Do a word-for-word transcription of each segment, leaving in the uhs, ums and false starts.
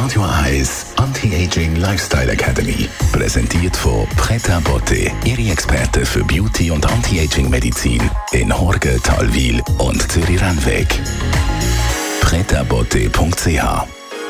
Radio eins Anti-Aging Lifestyle Academy. Präsentiert von Pret à Beauté. Ihre Experten für Beauty- und Anti-Aging-Medizin in Horgen, Talwil und Zürich-Rennweg. pret à beauté punkt c h.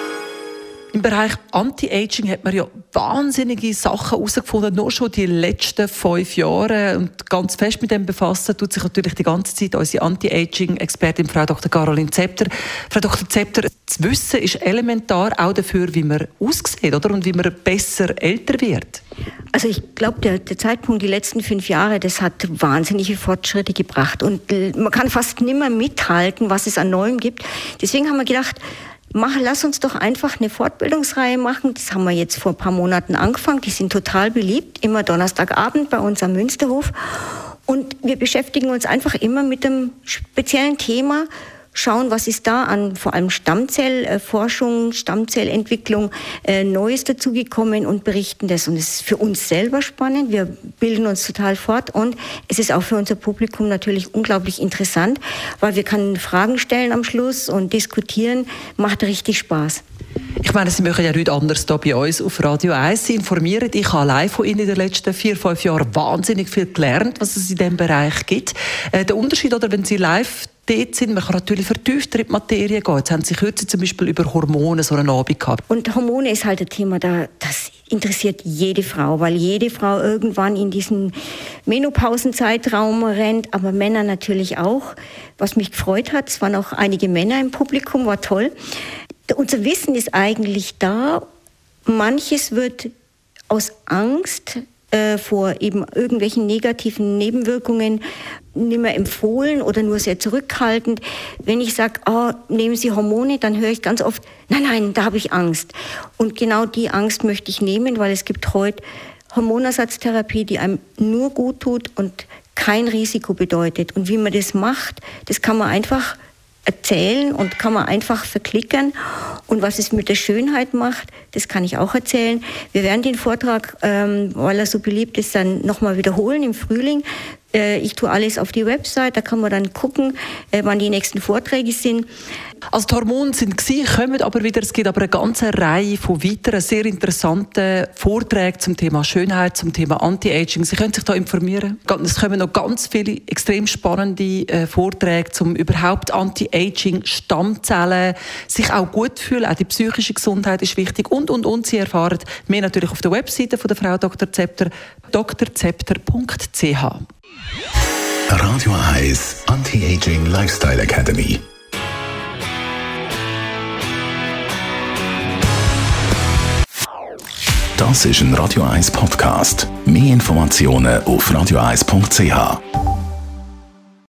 Im Bereich Anti-Aging hat man ja wahnsinnige Sachen herausgefunden, nur schon die letzten fünf Jahre. Und ganz fest mit dem befassen tut sich natürlich die ganze Zeit unsere Anti-Aging-Expertin Frau Doktor Caroline Zepter. Frau Doktor Zepter, das Wissen ist elementar auch dafür, wie man aussieht, oder? Und wie man besser älter wird. Also ich glaube, der, der Zeitpunkt, die letzten fünf Jahre, das hat wahnsinnige Fortschritte gebracht. Und man kann fast nicht mehr mithalten, was es an Neuem gibt. Deswegen haben wir gedacht, Mach, lass uns doch einfach eine Fortbildungsreihe machen. Das haben wir jetzt vor ein paar Monaten angefangen. Die sind total beliebt, immer Donnerstagabend bei uns am Münsterhof. Und wir beschäftigen uns einfach immer mit einem speziellen Thema, schauen, was ist da an vor allem Stammzellforschung, Stammzellentwicklung äh, Neues dazugekommen und berichten das. Und es ist für uns selber spannend, wir bilden uns total fort und es ist auch für unser Publikum natürlich unglaublich interessant, weil wir können Fragen stellen am Schluss und diskutieren, macht richtig Spaß. Ich meine, Sie machen ja nichts anderes hier bei uns auf Radio eins. Sie informieren. Ich habe allein von Ihnen in den letzten vier, fünf Jahren wahnsinnig viel gelernt, was es in diesem Bereich gibt. Äh, der Unterschied, oder wenn Sie live dort sind, man kann natürlich vertiefter in die Materie gehen. Jetzt haben Sie kürzlich zum Beispiel über Hormone so einen Abend gehabt. Und Hormone ist halt ein Thema, da, das interessiert jede Frau, weil jede Frau irgendwann in diesen Menopausenzeitraum rennt, aber Männer natürlich auch. Was mich gefreut hat, es waren auch einige Männer im Publikum, war toll. Unser Wissen ist eigentlich da. Manches wird aus Angst äh, vor eben irgendwelchen negativen Nebenwirkungen nicht mehr empfohlen oder nur sehr zurückhaltend. Wenn ich sage, oh, nehmen Sie Hormone, dann höre ich ganz oft, nein, nein, da habe ich Angst. Und genau die Angst möchte ich nehmen, weil es gibt heute Hormonersatztherapie, die einem nur gut tut und kein Risiko bedeutet. Und wie man das macht, das kann man einfach erzählen und kann man einfach verklickern. Und was es mit der Schönheit macht, das kann ich auch erzählen. Wir werden den Vortrag, ähm, weil er so beliebt ist, dann nochmal wiederholen im Frühling. Äh, ich tue alles auf die Website, da kann man dann gucken, äh, wann die nächsten Vorträge sind. Also die Hormone sind gewesen, kommen aber wieder. Es gibt aber eine ganze Reihe von weiteren sehr interessanten Vorträgen zum Thema Schönheit, zum Thema Anti-Aging. Sie können sich da informieren. Es kommen noch ganz viele extrem spannende äh, Vorträge zum überhaupt Anti-Aging, Stammzellen, sich auch gut fühlen, auch die psychische Gesundheit ist wichtig und, und, und. Sie erfahren mehr natürlich auf der Webseite von der Frau Doktor Zepter, d r zepter punkt c h. Radio eins Anti-Aging Lifestyle Academy. Das ist ein Radio eins Podcast. Mehr Informationen auf radio eins punkt c h.